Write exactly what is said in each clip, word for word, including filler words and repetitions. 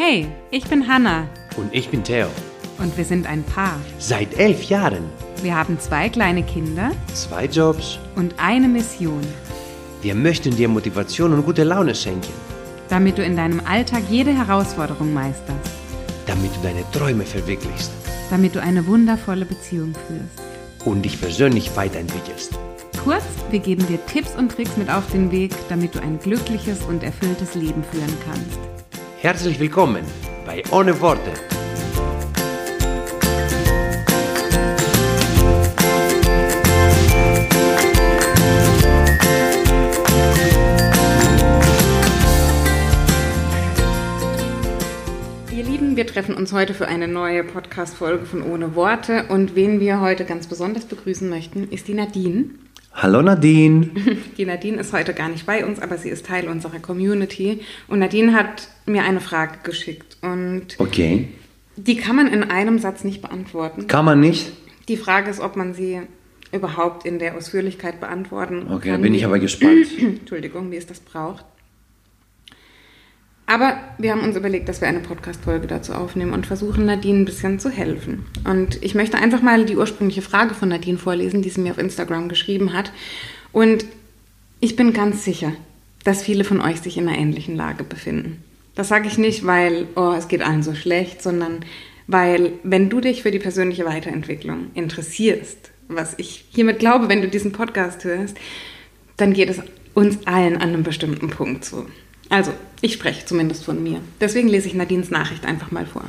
Hey, ich bin Hannah. Und ich bin Theo. Und wir sind ein Paar. Seit elf Jahren. Wir haben zwei kleine Kinder. Zwei Jobs. Und eine Mission. Wir möchten dir Motivation und gute Laune schenken. Damit du in deinem Alltag jede Herausforderung meisterst. Damit du deine Träume verwirklichst. Damit du eine wundervolle Beziehung führst. Und dich persönlich weiterentwickelst. Kurz, wir geben dir Tipps und Tricks mit auf den Weg, damit du ein glückliches und erfülltes Leben führen kannst. Herzlich willkommen bei Ohne Worte. Ihr Lieben, wir treffen uns heute für eine neue Podcast-Folge von Ohne Worte. Und wen wir heute ganz besonders begrüßen möchten, ist die Nadine. Hallo Nadine. Die Nadine ist heute gar nicht bei uns, aber sie ist Teil unserer Community. Und Nadine hat mir eine Frage geschickt. Und Okay. die kann man in einem Satz nicht beantworten. Kann man nicht? Die Frage ist, ob man sie überhaupt in der Ausführlichkeit beantworten kann. Okay, da bin ich aber gespannt. Entschuldigung, wie es das braucht. Aber wir haben uns überlegt, dass wir eine Podcast-Folge dazu aufnehmen und versuchen, Nadine ein bisschen zu helfen. Und ich möchte einfach mal die ursprüngliche Frage von Nadine vorlesen, die sie mir auf Instagram geschrieben hat. Und ich bin ganz sicher, dass viele von euch sich in einer ähnlichen Lage befinden. Das sage ich nicht, weil, oh, es geht allen so schlecht, sondern weil, wenn du dich für die persönliche Weiterentwicklung interessierst, was ich hiermit glaube, wenn du diesen Podcast hörst, dann geht es uns allen an einem bestimmten Punkt so. Also, ich spreche zumindest von mir. Deswegen lese ich Nadines Nachricht einfach mal vor.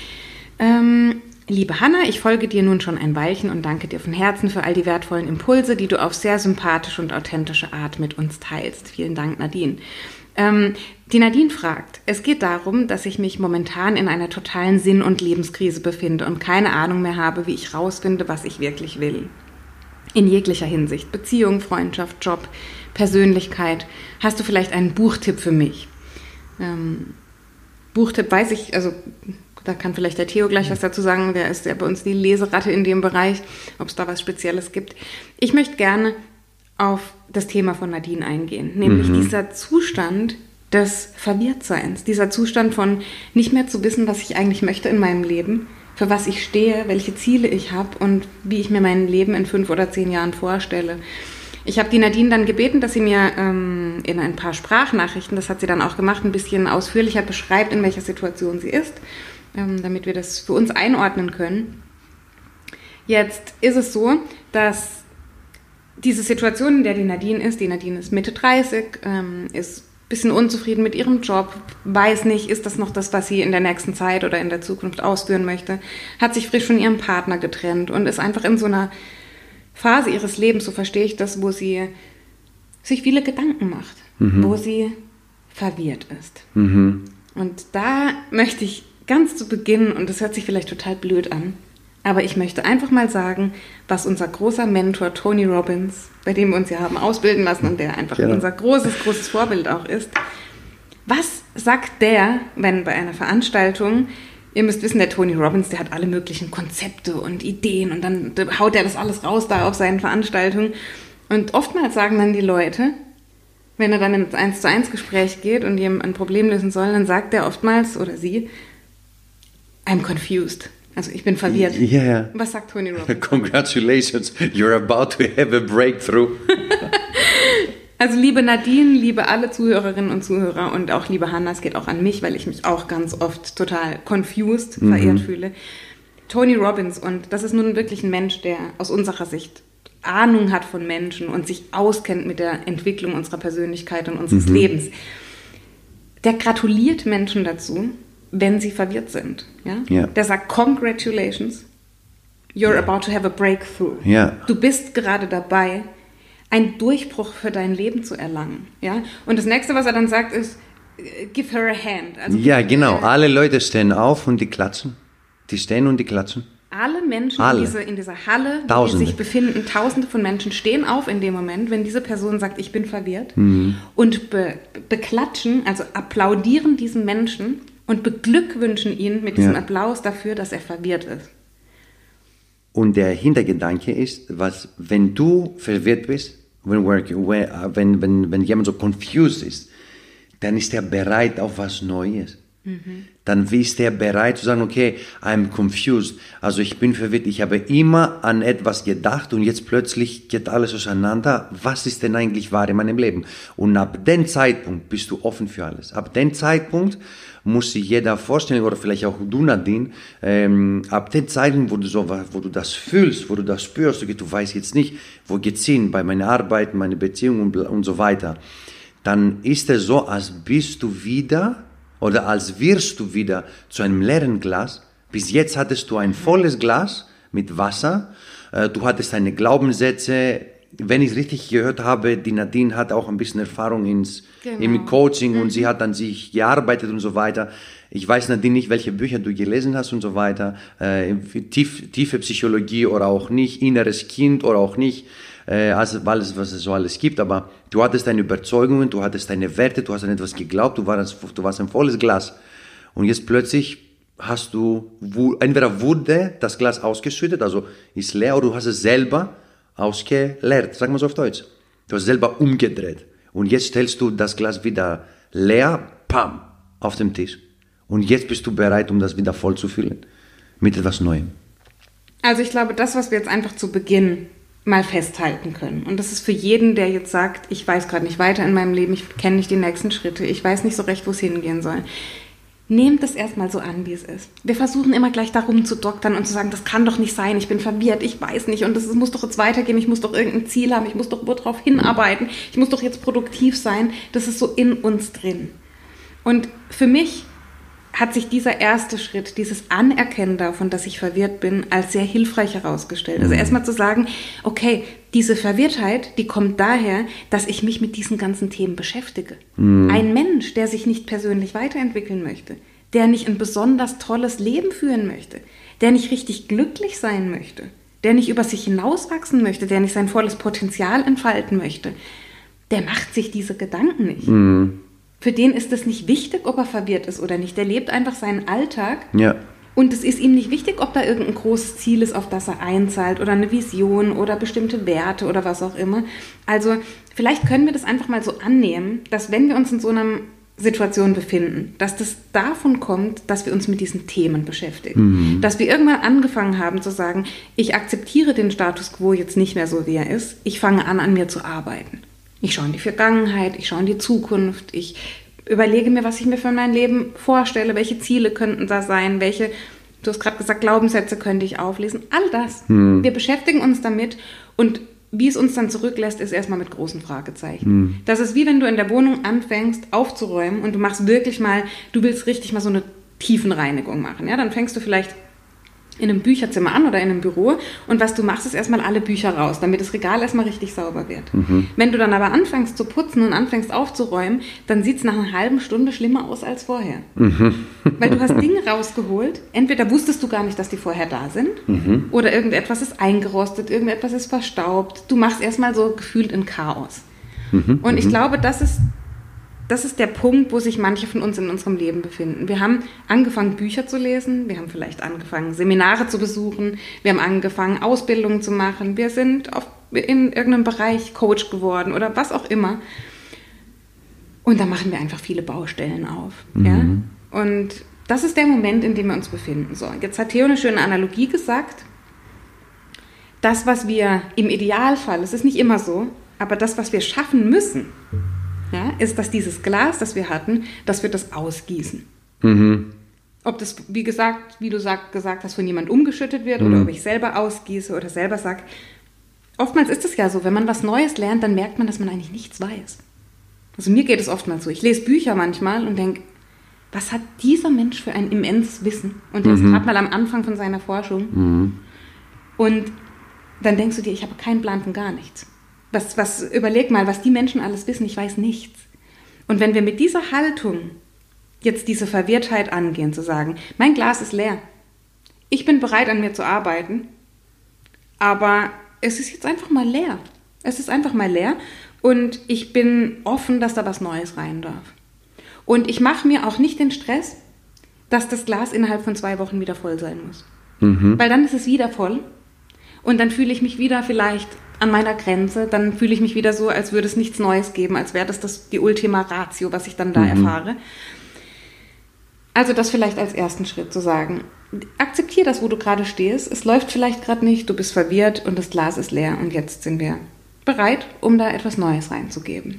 Ähm, liebe Hannah, ich folge dir nun schon ein Weilchen und danke dir von Herzen für all die wertvollen Impulse, die du auf sehr sympathische und authentische Art mit uns teilst. Vielen Dank, Nadine. Ähm, die Nadine fragt, es geht darum, dass ich mich momentan in einer totalen Sinn- und Lebenskrise befinde und keine Ahnung mehr habe, wie ich rausfinde, was ich wirklich will. In jeglicher Hinsicht, Beziehung, Freundschaft, Job, Persönlichkeit. Hast du vielleicht einen Buchtipp für mich? Ähm, Buchtipp weiß ich, also da kann vielleicht der Theo gleich was dazu sagen, der ist ja bei uns die Leseratte in dem Bereich, ob es da was Spezielles gibt. Ich möchte gerne auf das Thema von Nadine eingehen, nämlich mhm. dieser Zustand des Verwirrtseins, dieser Zustand von nicht mehr zu wissen, was ich eigentlich möchte in meinem Leben, für was ich stehe, welche Ziele ich habe und wie ich mir mein Leben in fünf oder zehn Jahren vorstelle. Ich habe die Nadine dann gebeten, dass sie mir ähm, in ein paar Sprachnachrichten, das hat sie dann auch gemacht, ein bisschen ausführlicher beschreibt, in welcher Situation sie ist, ähm, damit wir das für uns einordnen können. Jetzt ist es so, dass diese Situation, in der die Nadine ist, die Nadine ist Mitte dreißig, ähm, ist ein bisschen unzufrieden mit ihrem Job, weiß nicht, ist das noch das, was sie in der nächsten Zeit oder in der Zukunft ausführen möchte, hat sich frisch von ihrem Partner getrennt und ist einfach in so einer Phase ihres Lebens, so verstehe ich das, wo sie sich viele Gedanken macht, mhm. wo sie verwirrt ist. Mhm. Und da möchte ich ganz zu Beginn, und das hört sich vielleicht total blöd an, aber ich möchte einfach mal sagen, was unser großer Mentor Tony Robbins, bei dem wir uns ja haben ausbilden lassen und der einfach ja. unser großes, großes Vorbild auch ist, was sagt der, wenn bei einer Veranstaltung, ihr müsst wissen, der Tony Robbins, der hat alle möglichen Konzepte und Ideen und dann haut er das alles raus da auf seinen Veranstaltungen. Und oftmals sagen dann die Leute, wenn er dann ins eins zu eins Gespräch geht und jemand ein Problem lösen soll, dann sagt er oftmals, oder sie, I'm confused. Also ich bin verwirrt. Ja, ja. Was sagt Tony Robbins? Congratulations, you're about to have a breakthrough. Also liebe Nadine, liebe alle Zuhörerinnen und Zuhörer und auch liebe Hannah, es geht auch an mich, weil ich mich auch ganz oft total confused, mhm. verirrt fühle. Tony Robbins, und das ist nun wirklich ein Mensch, der aus unserer Sicht Ahnung hat von Menschen und sich auskennt mit der Entwicklung unserer Persönlichkeit und unseres mhm. Lebens. Der gratuliert Menschen dazu, wenn sie verwirrt sind. Ja? Ja. Der sagt, congratulations, you're ja. about to have a breakthrough. Ja. Du bist gerade dabei, einen Durchbruch für dein Leben zu erlangen. Ja? Und das Nächste, was er dann sagt, ist, give her a hand. Also, ja, genau. Alle Leute stehen auf und die klatschen. Die stehen und die klatschen. Alle Menschen Alle. In, diese, in dieser Halle, Tausende. die sich befinden, Tausende von Menschen stehen auf in dem Moment, wenn diese Person sagt, ich bin verwirrt, mhm. und be, beklatschen, also applaudieren diesen Menschen und beglückwünschen ihn mit diesem ja. Applaus dafür, dass er verwirrt ist. Und der Hintergedanke ist, was, wenn du verwirrt bist, wenn, wenn, wenn, wenn jemand so confused ist, dann ist er bereit auf was Neues. Mhm. Dann ist er bereit zu sagen, okay, I'm confused. Also ich bin verwirrt, ich habe immer an etwas gedacht und jetzt plötzlich geht alles auseinander. Was ist denn eigentlich wahr in meinem Leben? Und ab dem Zeitpunkt bist du offen für alles. Ab dem Zeitpunkt muss sich jeder vorstellen, oder vielleicht auch du, Nadine, ähm, ab dem Zeitpunkt, wo du, so, wo du das fühlst, wo du das spürst, okay, du weißt jetzt nicht, wo geht's hin, bei meiner Arbeit, meine Beziehung und, und so weiter, dann ist es so, als bist du wieder oder als wirst du wieder zu einem leeren Glas. Bis jetzt hattest du ein volles Glas mit Wasser, äh, du hattest deine Glaubenssätze. Wenn ich es richtig gehört habe, die Nadine hat auch ein bisschen Erfahrung ins, genau. im Coaching mhm. und sie hat an sich gearbeitet und so weiter. Ich weiß, Nadine, nicht, welche Bücher du gelesen hast und so weiter. Äh, tief, tiefe Psychologie oder auch nicht, inneres Kind oder auch nicht, äh, also alles, was es so alles gibt. Aber du hattest deine Überzeugungen, du hattest deine Werte, du hast an etwas geglaubt, du warst, du warst ein volles Glas. Und jetzt plötzlich hast du, entweder wurde das Glas ausgeschüttet, also ist leer, oder du hast es selber ausgeleert, sagen wir so auf Deutsch. Du hast selber umgedreht. Und jetzt stellst du das Glas wieder leer, pam, auf den Tisch. Und jetzt bist du bereit, um das wieder voll zu füllen. Mit etwas Neuem. Also ich glaube, das, was wir jetzt einfach zu Beginn mal festhalten können. Und das ist für jeden, der jetzt sagt, ich weiß gerade nicht weiter in meinem Leben, ich kenne nicht die nächsten Schritte, ich weiß nicht so recht, wo es hingehen soll. Nehmt es erstmal so an, wie es ist. Wir versuchen immer gleich darum zu doktern und zu sagen, das kann doch nicht sein, ich bin verwirrt, ich weiß nicht und das muss doch jetzt weitergehen, ich muss doch irgendein Ziel haben, ich muss doch darauf hinarbeiten, ich muss doch jetzt produktiv sein. Das ist so in uns drin. Und für mich hat sich dieser erste Schritt, dieses Anerkennen davon, dass ich verwirrt bin, als sehr hilfreich herausgestellt. Also erstmal zu sagen, okay, diese Verwirrtheit, die kommt daher, dass ich mich mit diesen ganzen Themen beschäftige. Mhm. Ein Mensch, der sich nicht persönlich weiterentwickeln möchte, der nicht ein besonders tolles Leben führen möchte, der nicht richtig glücklich sein möchte, der nicht über sich hinauswachsen möchte, der nicht sein volles Potenzial entfalten möchte, der macht sich diese Gedanken nicht. Mhm. Für den ist es nicht wichtig, ob er verwirrt ist oder nicht. Der lebt einfach seinen Alltag. Ja. Und es ist ihm nicht wichtig, ob da irgendein großes Ziel ist, auf das er einzahlt oder eine Vision oder bestimmte Werte oder was auch immer. Also vielleicht können wir das einfach mal so annehmen, dass wenn wir uns in so einer Situation befinden, dass das davon kommt, dass wir uns mit diesen Themen beschäftigen. Mhm. Dass wir irgendwann angefangen haben zu sagen, ich akzeptiere den Status quo jetzt nicht mehr so, wie er ist. Ich fange an, an mir zu arbeiten. Ich schaue in die Vergangenheit, ich schaue in die Zukunft, ich überlege mir, was ich mir für mein Leben vorstelle, welche Ziele könnten da sein, welche, du hast gerade gesagt, Glaubenssätze könnte ich auflesen, all das. Hm. Wir beschäftigen uns damit und wie es uns dann zurücklässt, ist erstmal mit großen Fragezeichen. Hm. Das ist wie wenn du in der Wohnung anfängst aufzuräumen und du machst wirklich mal, du willst richtig mal so eine Tiefenreinigung machen. Ja? Dann fängst du vielleicht in einem Bücherzimmer an oder in einem Büro und was du machst, ist erstmal alle Bücher raus, damit das Regal erstmal richtig sauber wird. Mhm. Wenn du dann aber anfängst zu putzen und anfängst aufzuräumen, dann sieht es nach einer halben Stunde schlimmer aus als vorher. Mhm. Weil du hast Dinge rausgeholt, entweder wusstest du gar nicht, dass die vorher da sind mhm. oder irgendetwas ist eingerostet, irgendetwas ist verstaubt. Du machst erstmal so gefühlt ein Chaos. Mhm. Und ich glaube, das ist Das ist der Punkt, wo sich manche von uns in unserem Leben befinden. Wir haben angefangen, Bücher zu lesen, wir haben vielleicht angefangen, Seminare zu besuchen, wir haben angefangen, Ausbildungen zu machen, wir sind auf, in irgendeinem Bereich Coach geworden oder was auch immer. Und da machen wir einfach viele Baustellen auf. Mhm. Ja? Und das ist der Moment, in dem wir uns befinden. So, jetzt hat Theo eine schöne Analogie gesagt. Das, was wir im Idealfall, es ist nicht immer so, aber das, was wir schaffen müssen, ja, ist, dass dieses Glas, das wir hatten, dass wir das ausgießen. Mhm. Ob das, wie gesagt, wie du sag, gesagt hast, von jemand umgeschüttet wird mhm. oder ob ich selber ausgieße oder selber sage. Oftmals ist es ja so, wenn man was Neues lernt, dann merkt man, dass man eigentlich nichts weiß. Also mir geht es oftmals so. Ich lese Bücher manchmal und denke, was hat dieser Mensch für ein immenses Wissen? Und der mhm. ist gerade mal am Anfang von seiner Forschung. Mhm. Und dann denkst du dir, ich habe keinen Plan von gar nichts. Was, was, überleg mal, was die Menschen alles wissen, ich weiß nichts. Und wenn wir mit dieser Haltung jetzt diese Verwirrtheit angehen, zu sagen, mein Glas ist leer, ich bin bereit, an mir zu arbeiten, aber es ist jetzt einfach mal leer. Es ist einfach mal leer und ich bin offen, dass da was Neues rein darf. Und ich mache mir auch nicht den Stress, dass das Glas innerhalb von zwei Wochen wieder voll sein muss. Mhm. Weil dann ist es wieder voll und dann fühle ich mich wieder vielleicht an meiner Grenze, dann fühle ich mich wieder so, als würde es nichts Neues geben, als wäre das, das die Ultima Ratio, was ich dann da mhm. erfahre. Also das vielleicht als ersten Schritt zu sagen, akzeptier das, wo du gerade stehst. Es läuft vielleicht gerade nicht, du bist verwirrt und das Glas ist leer und jetzt sind wir bereit, um da etwas Neues reinzugeben.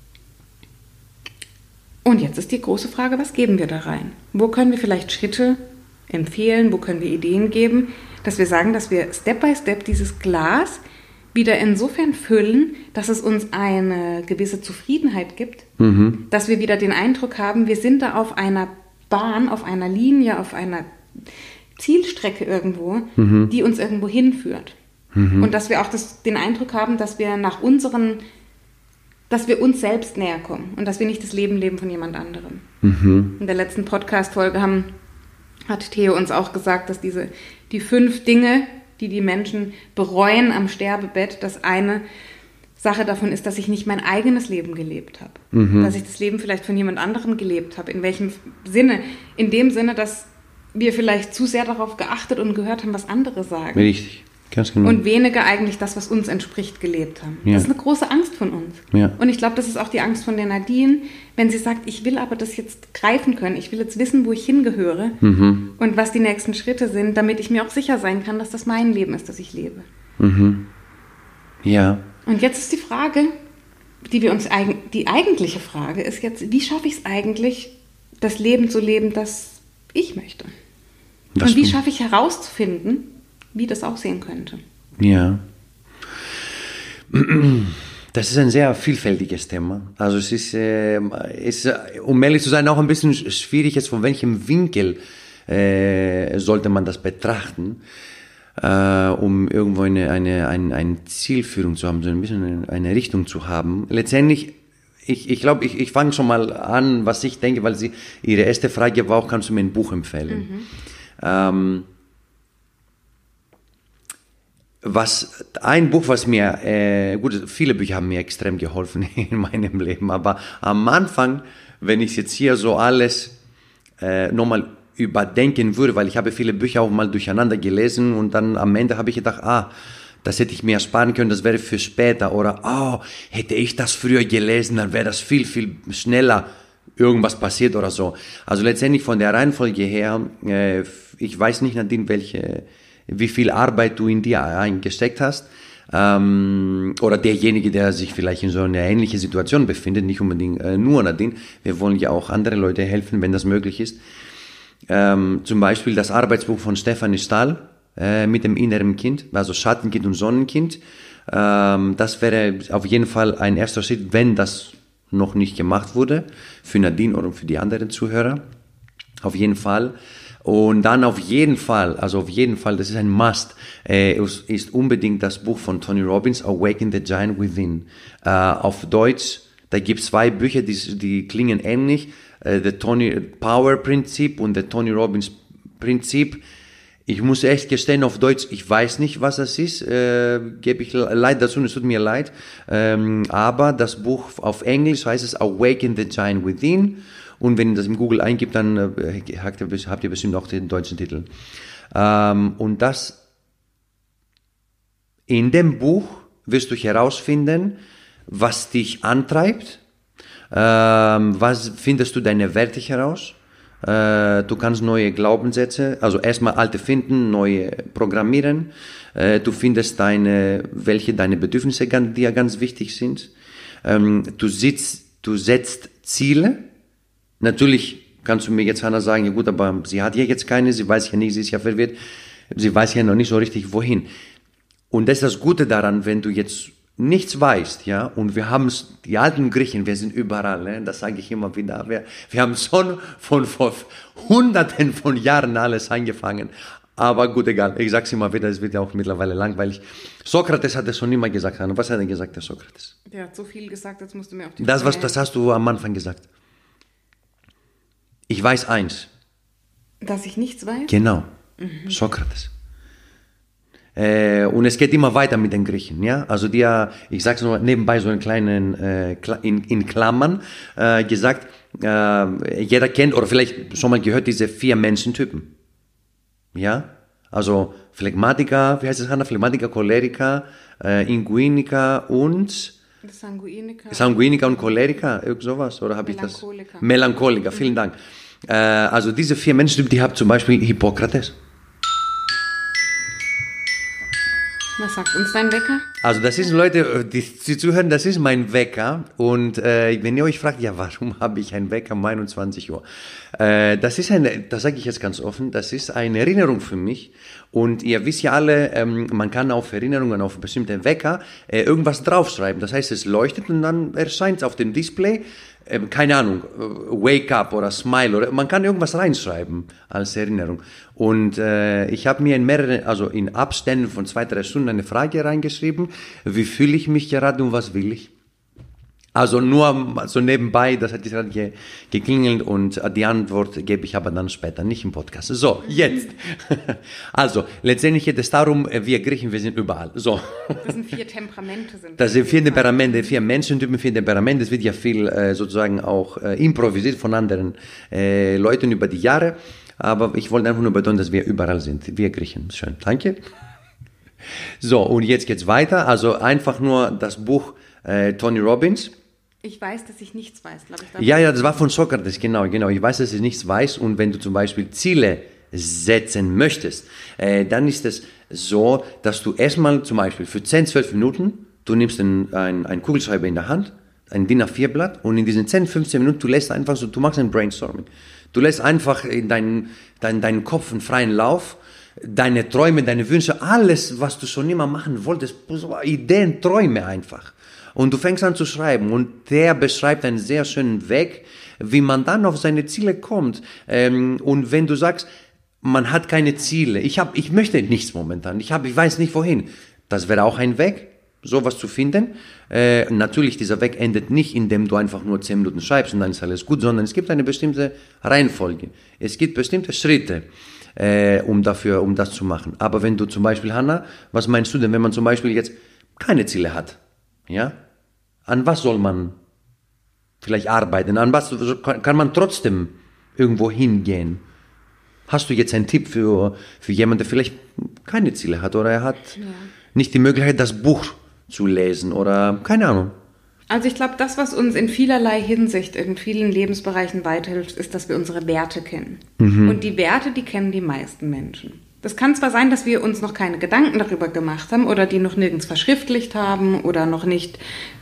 Und jetzt ist die große Frage, was geben wir da rein? Wo können wir vielleicht Schritte empfehlen, wo können wir Ideen geben, dass wir sagen, dass wir Step by Step dieses Glas wieder insofern füllen, dass es uns eine gewisse Zufriedenheit gibt, mhm. dass wir wieder den Eindruck haben, wir sind da auf einer Bahn, auf einer Linie, auf einer Zielstrecke irgendwo, mhm. die uns irgendwo hinführt. Mhm. Und dass wir auch das, den Eindruck haben, dass wir nach unseren, dass wir uns selbst näher kommen und dass wir nicht das Leben leben von jemand anderem. Mhm. In der letzten Podcast-Folge haben, hat Theo uns auch gesagt, dass diese, die fünf Dinge, die die Menschen bereuen am Sterbebett, dass eine Sache davon ist, dass ich nicht mein eigenes Leben gelebt habe. Mhm. Dass ich das Leben vielleicht von jemand anderem gelebt habe. In welchem Sinne? In dem Sinne, dass wir vielleicht zu sehr darauf geachtet und gehört haben, was andere sagen. Richtig, ganz genau. Und weniger eigentlich das, was uns entspricht, gelebt haben. Ja. Das ist eine große Angst von uns. Ja. Und ich glaube, das ist auch die Angst von der Nadine, wenn sie sagt, ich will aber das jetzt greifen können. Ich will jetzt wissen, wo ich hingehöre mhm. und was die nächsten Schritte sind, damit ich mir auch sicher sein kann, dass das mein Leben ist, das ich lebe. Mhm. Ja. Und jetzt ist die Frage, die wir uns die eigentliche Frage ist jetzt, wie schaffe ich es eigentlich, das Leben zu leben, das ich möchte? Das und wie schaffe ich herauszufinden, wie das aussehen könnte? Ja. Das ist ein sehr vielfältiges Thema. Also es ist, äh, ist um ehrlich zu sein, auch ein bisschen schwierig, jetzt von welchem Winkel äh, sollte man das betrachten. Äh, um irgendwo eine, eine, eine, eine Zielführung zu haben, so ein bisschen eine, eine Richtung zu haben. Letztendlich, ich, ich glaube, ich, ich fange schon mal an, was ich denke, weil sie, ihre erste Frage war auch, kannst du mir ein Buch empfehlen? Mhm. Ähm, was, ein Buch, was mir, äh, gut, viele Bücher haben mir extrem geholfen in meinem Leben, aber am Anfang, wenn ich jetzt hier so alles äh, nochmal überdenken würde, weil ich habe viele Bücher auch mal durcheinander gelesen und dann am Ende habe ich gedacht, ah, das hätte ich mir ersparen können, das wäre für später oder oh, hätte ich das früher gelesen, dann wäre das viel, viel schneller irgendwas passiert oder so. Also letztendlich von der Reihenfolge her, äh, ich weiß nicht, Nadine, welche, wie viel Arbeit du in dir eingesteckt hast, ähm, oder derjenige, der sich vielleicht in so einer ähnlichen Situation befindet, nicht unbedingt äh, nur Nadine, wir wollen ja auch andere Leute helfen, wenn das möglich ist. Ähm, zum Beispiel das Arbeitsbuch von Stefanie Stahl äh, mit dem inneren Kind, also Schattenkind und Sonnenkind. Ähm, das wäre auf jeden Fall ein erster Schritt, wenn das noch nicht gemacht wurde, für Nadine oder für die anderen Zuhörer. Auf jeden Fall. Und dann auf jeden Fall, also auf jeden Fall, das ist ein Must, äh, ist, ist unbedingt das Buch von Tony Robbins, Awaken the Giant Within. Äh, auf Deutsch, da gibt es zwei Bücher, die, die klingen ähnlich. The Tony Power Prinzip und der Tony Robbins Prinzip. Ich muss echt gestehen, auf Deutsch, ich weiß nicht, was das ist, äh, gebe ich leid dazu, es tut mir leid, ähm, aber das Buch auf Englisch heißt es Awaken the Giant Within und wenn ihr das im Google eingibt, dann äh, habt, ihr, habt ihr bestimmt auch den deutschen Titel. Ähm, und das, in dem Buch wirst du herausfinden, was dich antreibt. Ähm, was findest du deine Werte heraus? Äh, du kannst neue Glaubenssätze, also erstmal alte finden, neue programmieren. Äh, du findest deine, welche deine Bedürfnisse ganz, die ja ganz wichtig sind. Ähm, du sitzt, du setzt Ziele. Natürlich kannst du mir jetzt Hannah sagen, ja gut, aber sie hat ja jetzt keine, sie weiß ja nicht, sie ist ja verwirrt, sie weiß ja noch nicht so richtig wohin. Und das ist das Gute daran, wenn du jetzt nichts weißt, ja, und wir haben die alten Griechen, wir sind überall, ne? Das sage ich immer wieder, wir, wir haben schon von vor hunderten von Jahren alles angefangen, aber gut, egal, ich sag's immer wieder, es wird ja auch mittlerweile langweilig. Sokrates hat es schon immer gesagt, Hanna. Was hat er gesagt, der Sokrates? Der hat so viel gesagt, jetzt musst du mir auch die Das, was, das hast du am Anfang gesagt. Ich weiß eins. Dass ich nichts weiß? Genau, mhm. Sokrates. Äh, und es geht immer weiter mit den Griechen, ja. Also die, ich sag's nur nebenbei so einen kleinen äh, in, in Klammern äh, gesagt, äh, jeder kennt oder vielleicht schon mal gehört diese vier Menschentypen, ja. Also Phlegmatiker, wie heißt es, Hanna? Phlegmatiker, Choleriker, äh, Inguiniker und Sanguiniker. Sanguiniker und Choleriker, irgend sowas, oder habe ich das? Melancholiker. Melancholiker, vielen Dank. Äh, also diese vier Menschen, die haben zum Beispiel Hippokrates. Was sagt uns dein Wecker? Also das sind Leute, die, die zuhören, das ist mein Wecker. Und äh, wenn ihr euch fragt, ja, warum habe ich einen Wecker um einundzwanzig Uhr? Äh, das ist eine, das sage ich jetzt ganz offen, das ist eine Erinnerung für mich. Und ihr wisst ja alle, ähm, man kann auf Erinnerungen, auf bestimmte Wecker äh, irgendwas draufschreiben. Das heißt, es leuchtet und dann erscheint es auf dem Display. Ähm, keine Ahnung, Wake Up oder Smile oder man kann irgendwas reinschreiben als Erinnerung. Und äh, ich habe mir in mehreren, also in Abständen von zwei, drei Stunden eine Frage reingeschrieben, wie fühle ich mich gerade und was will ich? Also nur so nebenbei, das hat gerade ge geklingelt und die Antwort gebe ich aber dann später, nicht im Podcast. So, jetzt. Also, letztendlich geht es darum, wir Griechen, wir sind überall. So. Das sind vier Temperamente. Sind das sind vier Temperamente, vier Menschentypen, vier Temperamente. Es wird ja viel äh, sozusagen auch äh, improvisiert von anderen äh, Leuten über die Jahre. Aber ich wollte einfach nur betonen, dass wir überall sind. Wir Griechen. Schön, danke. So, und jetzt geht's weiter. Also einfach nur das Buch äh, Tony Robbins. Ich weiß, dass ich nichts weiß, glaube ich. Ja, ja, das war von Sokrates, genau, genau. Ich weiß, dass ich nichts weiß. Und wenn du zum Beispiel Ziele setzen möchtest, äh, dann ist es so, dass du erstmal zum Beispiel für zehn, zwölf Minuten, du nimmst ein, ein, ein Kugelschreiber in der Hand, ein D I N A vier Blatt und in diesen zehn, fünfzehn Minuten, du lässt einfach so, du machst ein Brainstorming. Du lässt einfach in deinen, deinen, deinen Kopf einen freien Lauf, deine Träume, deine Wünsche, alles, was du schon immer machen wolltest, Ideen, Träume einfach. Und du fängst an zu schreiben und der beschreibt einen sehr schönen Weg, wie man dann auf seine Ziele kommt. Und wenn du sagst, man hat keine Ziele, ich, hab, ich möchte nichts momentan, ich, hab, ich weiß nicht wohin, das wäre auch ein Weg, sowas zu finden. Äh, natürlich, dieser Weg endet nicht, indem du einfach nur zehn Minuten schreibst und dann ist alles gut, sondern es gibt eine bestimmte Reihenfolge. Es gibt bestimmte Schritte, äh, um, dafür, um das zu machen. Aber wenn du zum Beispiel, Hanna, was meinst du denn, wenn man zum Beispiel jetzt keine Ziele hat? Ja? An was soll man vielleicht arbeiten? An was kann man trotzdem irgendwo hingehen? Hast du jetzt einen Tipp für, für jemanden, der vielleicht keine Ziele hat oder er hat ja. nicht die Möglichkeit, das Buch zu lesen oder keine Ahnung? Also ich glaube, das, was uns in vielerlei Hinsicht, in vielen Lebensbereichen weiterhilft, ist, dass wir unsere Werte kennen. Mhm. Und die Werte, die kennen die meisten Menschen. Das kann zwar sein, dass wir uns noch keine Gedanken darüber gemacht haben oder die noch nirgends verschriftlicht haben oder noch nicht,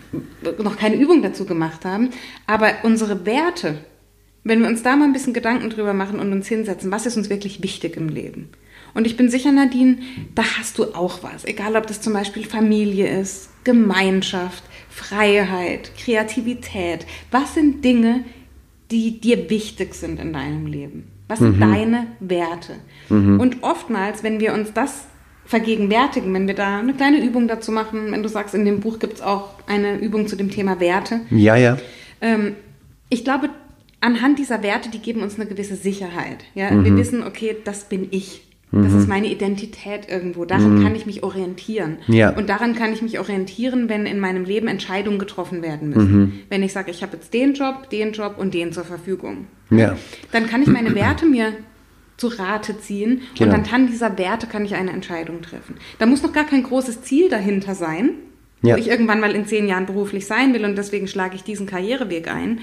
noch keine Übung dazu gemacht haben, aber unsere Werte, wenn wir uns da mal ein bisschen Gedanken drüber machen und uns hinsetzen, was ist uns wirklich wichtig im Leben? Und ich bin sicher, Nadine, da hast du auch was. Egal, ob das zum Beispiel Familie ist, Gemeinschaft, Freiheit, Kreativität. Was sind Dinge, die dir wichtig sind in deinem Leben? Was sind mhm. deine Werte? Mhm. Und oftmals, wenn wir uns das vergegenwärtigen, wenn wir da eine kleine Übung dazu machen, wenn du sagst, in dem Buch gibt es auch eine Übung zu dem Thema Werte. Ja, ja. Ähm, ich glaube, anhand dieser Werte, die geben uns eine gewisse Sicherheit. Ja? Mhm. Wir wissen, okay, das bin ich. Das mhm. ist meine Identität irgendwo. Daran mhm. kann ich mich orientieren. Ja. Und daran kann ich mich orientieren, wenn in meinem Leben Entscheidungen getroffen werden müssen. Mhm. Wenn ich sage, ich habe jetzt den Job, den Job und den zur Verfügung. Ja. Dann kann ich meine Werte mir zu Rate ziehen genau. und anhand dieser Werte kann ich eine Entscheidung treffen. Da muss noch gar kein großes Ziel dahinter sein, ja. wo ich irgendwann mal in zehn Jahren beruflich sein will und deswegen schlage ich diesen Karriereweg ein.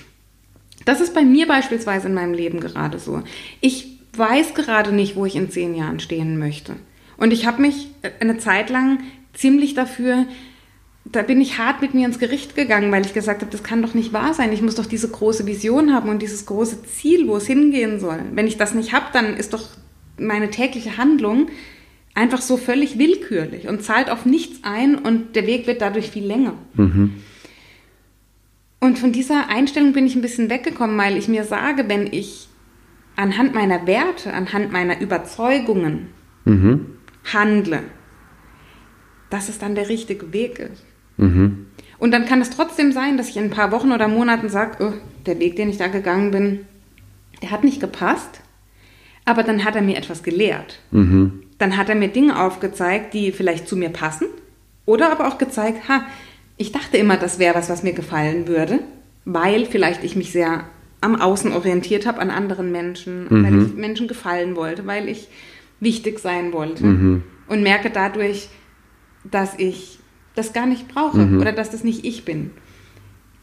Das ist bei mir beispielsweise in meinem Leben gerade so. Ich weiß gerade nicht, wo ich in zehn Jahren stehen möchte. Und ich habe mich eine Zeit lang ziemlich dafür, da bin ich hart mit mir ins Gericht gegangen, weil ich gesagt habe, das kann doch nicht wahr sein. Ich muss doch diese große Vision haben und dieses große Ziel, wo es hingehen soll. Wenn ich das nicht habe, dann ist doch meine tägliche Handlung einfach so völlig willkürlich und zahlt auf nichts ein und der Weg wird dadurch viel länger. Mhm. Und von dieser Einstellung bin ich ein bisschen weggekommen, weil ich mir sage, wenn ich anhand meiner Werte, anhand meiner Überzeugungen mhm. handle, dass es dann der richtige Weg ist. Mhm. Und dann kann es trotzdem sein, dass ich in ein paar Wochen oder Monaten sage, oh, der Weg, den ich da gegangen bin, der hat nicht gepasst, aber dann hat er mir etwas gelehrt. Mhm. Dann hat er mir Dinge aufgezeigt, die vielleicht zu mir passen oder aber auch gezeigt, ha, ich dachte immer, das wäre was, was mir gefallen würde, weil vielleicht ich mich sehr am Außen orientiert habe, an anderen Menschen, mhm. weil ich Menschen gefallen wollte, weil ich wichtig sein wollte mhm. und merke dadurch, dass ich das gar nicht brauche mhm. oder dass das nicht ich bin.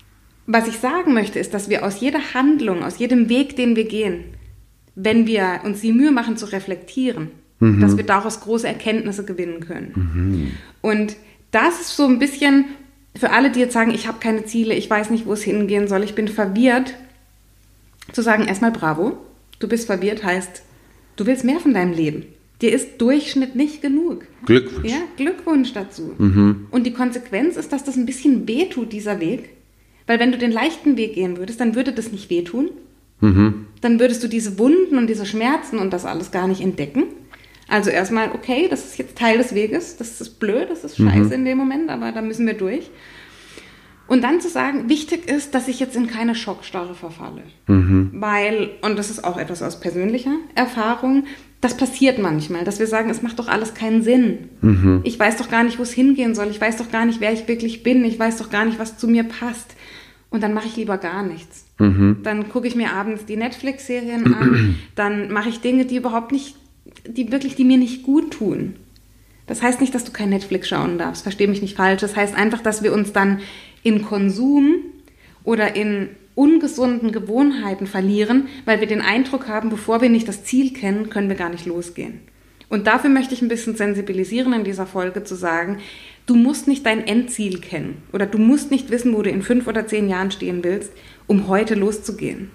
Was ich sagen möchte, ist, dass wir aus jeder Handlung, aus jedem Weg, den wir gehen, wenn wir uns die Mühe machen zu reflektieren, mhm. dass wir daraus große Erkenntnisse gewinnen können. Mhm. Und das ist so ein bisschen für alle, die jetzt sagen, ich habe keine Ziele, ich weiß nicht, wo es hingehen soll, ich bin verwirrt, zu sagen, erstmal bravo, du bist verwirrt, heißt, du willst mehr von deinem Leben. Dir ist Durchschnitt nicht genug. Glückwunsch. Ja, Glückwunsch dazu. Mhm. Und die Konsequenz ist, dass das ein bisschen wehtut, dieser Weg. Weil wenn du den leichten Weg gehen würdest, dann würde das nicht wehtun. Mhm. Dann würdest du diese Wunden und diese Schmerzen und das alles gar nicht entdecken. Also erstmal, okay, das ist jetzt Teil des Weges, das ist blöd, das ist scheiße mhm. in dem Moment, aber da müssen wir durch. Und dann zu sagen, wichtig ist, dass ich jetzt in keine Schockstarre verfalle. Mhm. Weil, und das ist auch etwas aus persönlicher Erfahrung, das passiert manchmal, dass wir sagen, es macht doch alles keinen Sinn. Mhm. Ich weiß doch gar nicht, wo es hingehen soll. Ich weiß doch gar nicht, wer ich wirklich bin. Ich weiß doch gar nicht, was zu mir passt. Und dann mache ich lieber gar nichts. Mhm. Dann gucke ich mir abends die Netflix-Serien an. Dann mache ich Dinge, die überhaupt nicht, die wirklich, die mir nicht gut tun. Das heißt nicht, dass du kein Netflix schauen darfst. Versteh mich nicht falsch. Das heißt einfach, dass wir uns dann in Konsum oder in ungesunden Gewohnheiten verlieren, weil wir den Eindruck haben, bevor wir nicht das Ziel kennen, können wir gar nicht losgehen. Und dafür möchte ich ein bisschen sensibilisieren in dieser Folge, zu sagen, du musst nicht dein Endziel kennen oder du musst nicht wissen, wo du in fünf oder zehn Jahren stehen willst, um heute loszugehen.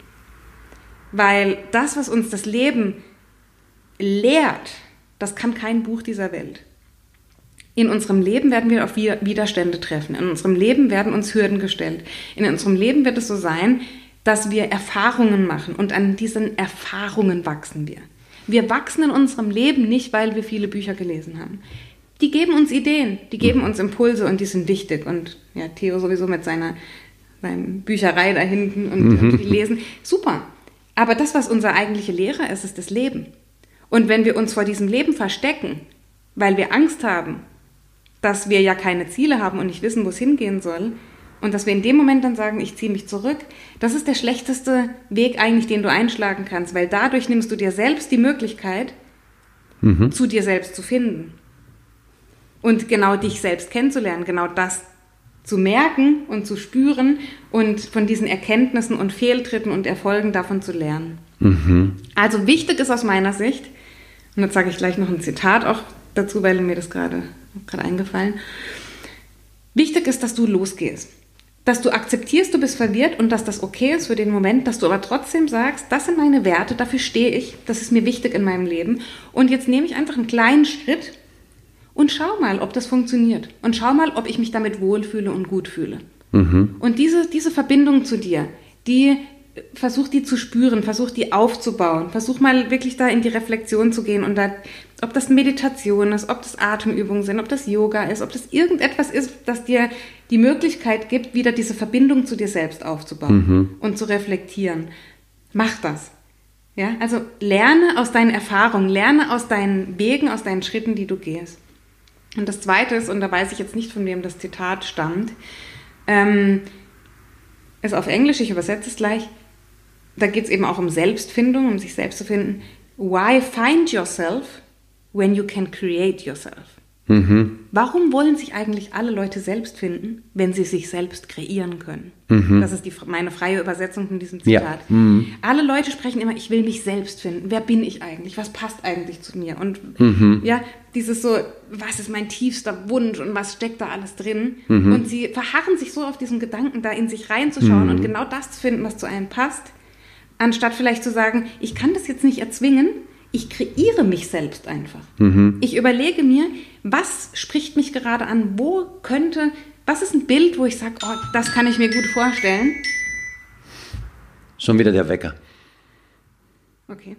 Weil das, was uns das Leben lehrt, das kann kein Buch dieser Welt. In unserem Leben werden wir auf Widerstände treffen. In unserem Leben werden uns Hürden gestellt. In unserem Leben wird es so sein, dass wir Erfahrungen machen und an diesen Erfahrungen wachsen wir. Wir wachsen in unserem Leben nicht, weil wir viele Bücher gelesen haben. Die geben uns Ideen, die geben uns Impulse und die sind wichtig. Und ja, Theo sowieso mit seiner, seiner Bücherei da hinten und, mhm. und die lesen. Super. Aber das, was unser eigentliche Lehrer ist, ist das Leben. Und wenn wir uns vor diesem Leben verstecken, weil wir Angst haben, dass wir ja keine Ziele haben und nicht wissen, wo es hingehen soll, und dass wir in dem Moment dann sagen, ich ziehe mich zurück, das ist der schlechteste Weg eigentlich, den du einschlagen kannst, weil dadurch nimmst du dir selbst die Möglichkeit, mhm. zu dir selbst zu finden und genau dich selbst kennenzulernen, genau das zu merken und zu spüren und von diesen Erkenntnissen und Fehltritten und Erfolgen davon zu lernen. Mhm. Also wichtig ist aus meiner Sicht, und jetzt sage ich gleich noch ein Zitat auch dazu, weil mir das gerade gerade eingefallen. Wichtig ist, dass du losgehst. Dass du akzeptierst, du bist verwirrt und dass das okay ist für den Moment, dass du aber trotzdem sagst, das sind meine Werte, dafür stehe ich, das ist mir wichtig in meinem Leben. Und jetzt nehme ich einfach einen kleinen Schritt und schau mal, ob das funktioniert. Und schau mal, ob ich mich damit wohlfühle und gut fühle. Mhm. Und diese, diese Verbindung zu dir, die versuch die zu spüren, versuch die aufzubauen, versuch mal wirklich da in die Reflexion zu gehen und da, ob das Meditation ist, ob das Atemübungen sind, ob das Yoga ist, ob das irgendetwas ist, das dir die Möglichkeit gibt, wieder diese Verbindung zu dir selbst aufzubauen mhm. und zu reflektieren. Mach das. Ja, also lerne aus deinen Erfahrungen, lerne aus deinen Wegen, aus deinen Schritten, die du gehst. Und das Zweite ist, und da weiß ich jetzt nicht, von wem das Zitat stammt, ähm, ist auf Englisch, ich übersetze es gleich. Da geht es eben auch um Selbstfindung, um sich selbst zu finden. Why find yourself when you can create yourself? Mhm. Warum wollen sich eigentlich alle Leute selbst finden, wenn sie sich selbst kreieren können? Mhm. Das ist die, meine freie Übersetzung von diesem Zitat. Ja. Mhm. Alle Leute sprechen immer, ich will mich selbst finden. Wer bin ich eigentlich? Was passt eigentlich zu mir? Und mhm. ja, dieses so, was ist mein tiefster Wunsch und was steckt da alles drin? Mhm. Und sie verharren sich so auf diesen Gedanken, da in sich reinzuschauen mhm. und genau das zu finden, was zu einem passt, anstatt vielleicht zu sagen, ich kann das jetzt nicht erzwingen, ich kreiere mich selbst einfach. Mhm. Ich überlege mir, was spricht mich gerade an, wo könnte, was ist ein Bild, wo ich sage, oh, das kann ich mir gut vorstellen. Schon wieder der Wecker. Okay.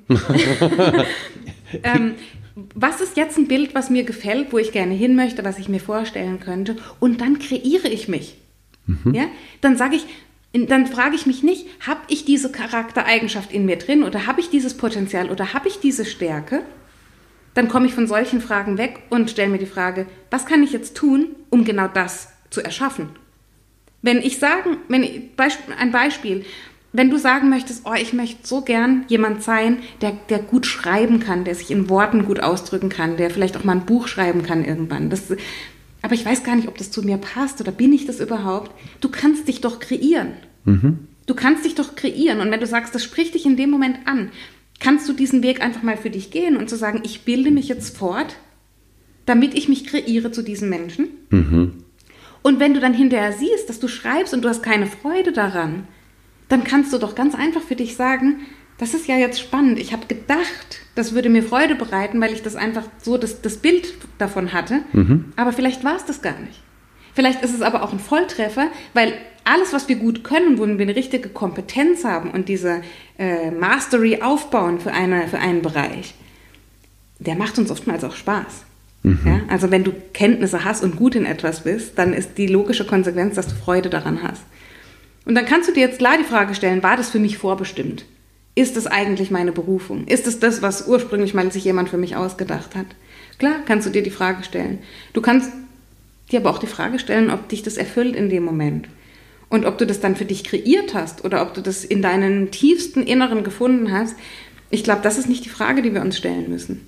ähm, was ist jetzt ein Bild, was mir gefällt, wo ich gerne hin möchte, was ich mir vorstellen könnte? Und dann kreiere ich mich. Mhm. Ja? Dann sage ich, dann frage ich mich nicht, habe ich diese Charaktereigenschaft in mir drin oder habe ich dieses Potenzial oder habe ich diese Stärke? Dann komme ich von solchen Fragen weg und stelle mir die Frage, was kann ich jetzt tun, um genau das zu erschaffen? Wenn ich sagen, wenn ich, ein Beispiel, wenn du sagen möchtest, oh, ich möchte so gern jemand sein, der, der gut schreiben kann, der sich in Worten gut ausdrücken kann, der vielleicht auch mal ein Buch schreiben kann irgendwann. Das, aber ich weiß gar nicht, ob das zu mir passt oder bin ich das überhaupt? Du kannst dich doch kreieren. Mhm. Du kannst dich doch kreieren. Und wenn du sagst, das spricht dich in dem Moment an, kannst du diesen Weg einfach mal für dich gehen und zu sagen, ich bilde mich jetzt fort, damit ich mich kreiere zu diesen Menschen. Mhm. Und wenn du dann hinterher siehst, dass du schreibst und du hast keine Freude daran, dann kannst du doch ganz einfach für dich sagen, das ist ja jetzt spannend. Ich habe gedacht, das würde mir Freude bereiten, weil ich das einfach so das, das Bild davon hatte. Mhm. Aber vielleicht war es das gar nicht. Vielleicht ist es aber auch ein Volltreffer, weil alles, was wir gut können, wo wir eine richtige Kompetenz haben und diese äh, Mastery aufbauen für, eine, für einen Bereich, der macht uns oftmals auch Spaß. Mhm. Ja? Also wenn du Kenntnisse hast und gut in etwas bist, dann ist die logische Konsequenz, dass du Freude daran hast. Und dann kannst du dir jetzt klar die Frage stellen, war das für mich vorbestimmt? Ist das eigentlich meine Berufung? Ist es das, was ursprünglich mal sich jemand für mich ausgedacht hat? Klar, kannst du dir die Frage stellen. Du kannst dir aber auch die Frage stellen, ob dich das erfüllt in dem Moment. Und ob du das dann für dich kreiert hast oder ob du das in deinem tiefsten Inneren gefunden hast. Ich glaube, das ist nicht die Frage, die wir uns stellen müssen.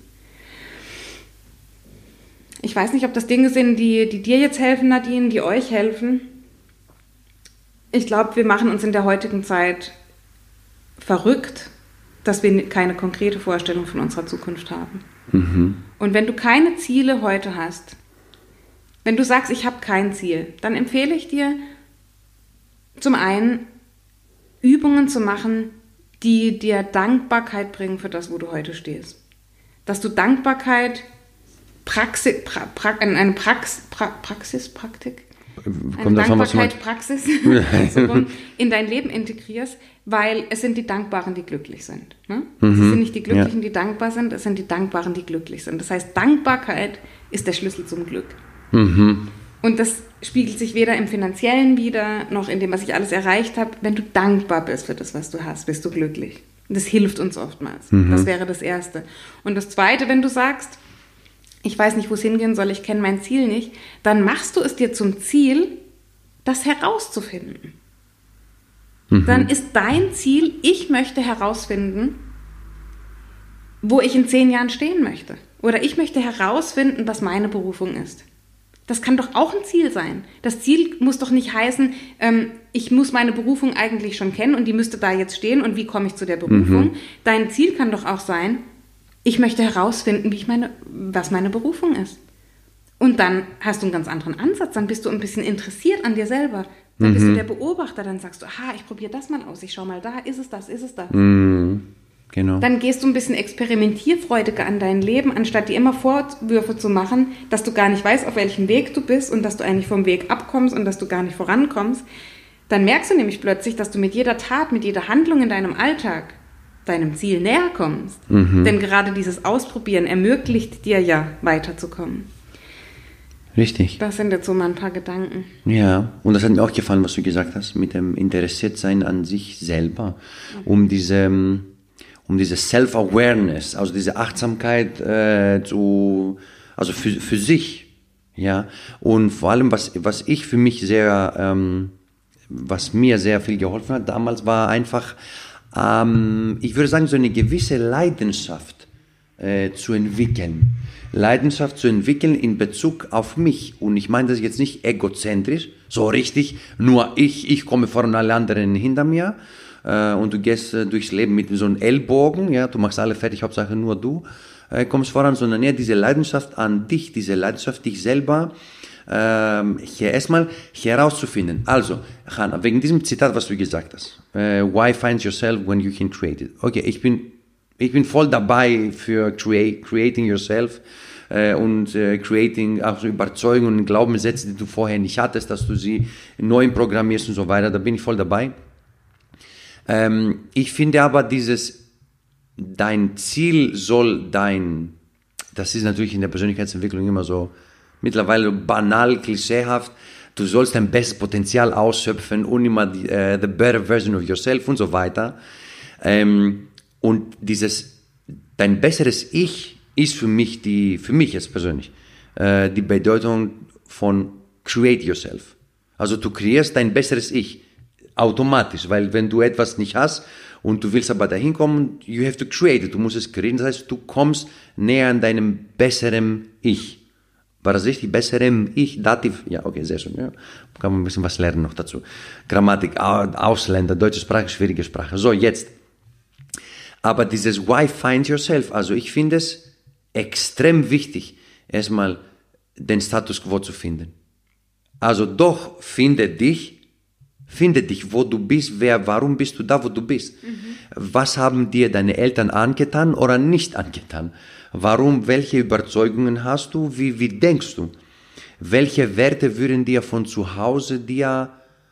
Ich weiß nicht, ob das Dinge sind, die, die dir jetzt helfen, Nadine, die euch helfen. Ich glaube, wir machen uns in der heutigen Zeit verrückt, dass wir keine konkrete Vorstellung von unserer Zukunft haben. Mhm. Und wenn du keine Ziele heute hast, wenn du sagst, ich habe kein Ziel, dann empfehle ich dir, zum einen Übungen zu machen, die dir Dankbarkeit bringen für das, wo du heute stehst. Dass du Dankbarkeit, Praxis, pra, pra, eine Prax, pra, Praxis, Praktik, eine Dankbarkeit, Praxis in dein Leben integrierst, weil es sind die Dankbaren, die glücklich sind. Ne? Mhm. Es sind nicht die Glücklichen, ja. die dankbar sind, es sind die Dankbaren, die glücklich sind. Das heißt, Dankbarkeit ist der Schlüssel zum Glück. Mhm. Und das spiegelt sich weder im Finanziellen wider, noch in dem, was ich alles erreicht habe. Wenn du dankbar bist für das, was du hast, bist du glücklich. Und das hilft uns oftmals. Mhm. Das wäre das Erste. Und das Zweite, wenn du sagst, ich weiß nicht, wo es hingehen soll, ich kenne mein Ziel nicht, dann machst du es dir zum Ziel, das herauszufinden. Mhm. Dann ist dein Ziel, ich möchte herausfinden, wo ich in zehn Jahren stehen möchte. Oder ich möchte herausfinden, was meine Berufung ist. Das kann doch auch ein Ziel sein. Das Ziel muss doch nicht heißen, ähm, ich muss meine Berufung eigentlich schon kennen und die müsste da jetzt stehen und wie komme ich zu der Berufung. Mhm. Dein Ziel kann doch auch sein, ich möchte herausfinden, wie ich meine, was meine Berufung ist. Und dann hast du einen ganz anderen Ansatz, dann bist du ein bisschen interessiert an dir selber. Dann mhm. bist du der Beobachter, dann sagst du, aha, ich probiere das mal aus, ich schau mal da, ist es das, ist es das. Mhm. Genau. Dann gehst du ein bisschen experimentierfreudiger an dein Leben, anstatt dir immer Vorwürfe zu machen, dass du gar nicht weißt, auf welchem Weg du bist und dass du eigentlich vom Weg abkommst und dass du gar nicht vorankommst. Dann merkst du nämlich plötzlich, dass du mit jeder Tat, mit jeder Handlung in deinem Alltag deinem Ziel näher kommst. Mhm. Denn gerade dieses Ausprobieren ermöglicht dir ja, weiterzukommen. Richtig. Das sind jetzt so mal ein paar Gedanken. Ja, und das hat mir auch gefallen, was du gesagt hast, mit dem Interessiertsein an sich selber, mhm. um diese... um diese Self-Awareness, also diese Achtsamkeit äh, zu, also für, für sich, ja, und vor allem, was, was ich für mich sehr, ähm, was mir sehr viel geholfen hat damals, war einfach, ähm, ich würde sagen, so eine gewisse Leidenschaft äh, zu entwickeln. Leidenschaft zu entwickeln in Bezug auf mich. Und ich meine das jetzt nicht egozentrisch, so richtig, nur ich, ich komme vor und alle anderen hinter mir. Und du gehst äh, durchs Leben mit so einem Ellbogen, ja, du machst alle fertig, Hauptsache nur du äh, kommst voran, sondern eher diese Leidenschaft an dich, diese Leidenschaft, dich selber ähm, hier erstmal herauszufinden. Also, Hannah, wegen diesem Zitat, was du gesagt hast, äh, why find yourself when you can create it? Okay, ich bin, ich bin voll dabei für create, creating yourself äh, und äh, creating auch so Überzeugungen und Glaubenssätze, die du vorher nicht hattest, dass du sie neu programmierst und so weiter, da bin ich voll dabei. Ähm, ich finde aber dieses, dein Ziel soll dein, das ist natürlich in der Persönlichkeitsentwicklung immer so mittlerweile banal, klischeehaft, du sollst dein bestes Potenzial ausschöpfen und immer die, uh, the better version of yourself und so weiter. Ähm, und dieses, dein besseres Ich ist für mich die, für mich jetzt persönlich, äh, die Bedeutung von create yourself. Also du kreierst dein besseres Ich. Automatisch, weil wenn du etwas nicht hast und du willst aber dahin kommen, you have to create it, du musst es kreieren, das heißt, du kommst näher an deinem besseren Ich. War das richtig? Bessere Ich, Dativ? Ja, okay, sehr schön. Ja. Kann man ein bisschen was lernen noch dazu. Grammatik, Ausländer, deutsche Sprache, schwierige Sprache. So, jetzt. Aber dieses Why Find Yourself, also ich finde es extrem wichtig, erstmal den Status Quo zu finden. Also doch, finde dich, finde dich, wo du bist, wer, warum bist du da, wo du bist. Mhm. Was haben dir deine Eltern angetan oder nicht angetan? Warum, welche Überzeugungen hast du, wie, wie denkst du? Welche Werte würden dir von zu Hause dir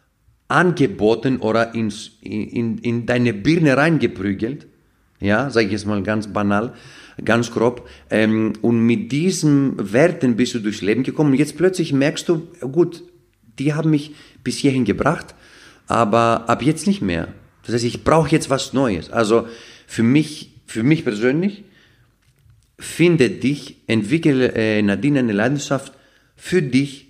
angeboten oder ins, in, in deine Birne reingeprügelt? Ja, sage ich jetzt mal ganz banal, ganz grob. Ähm, und mit diesen Werten bist du durchs Leben gekommen und jetzt plötzlich merkst du, gut, die haben mich bis hierhin gebracht, aber ab jetzt nicht mehr. Das heißt, ich brauche jetzt was Neues. Also für mich, für mich persönlich, finde dich, entwickle äh, Nadine eine Leidenschaft für dich.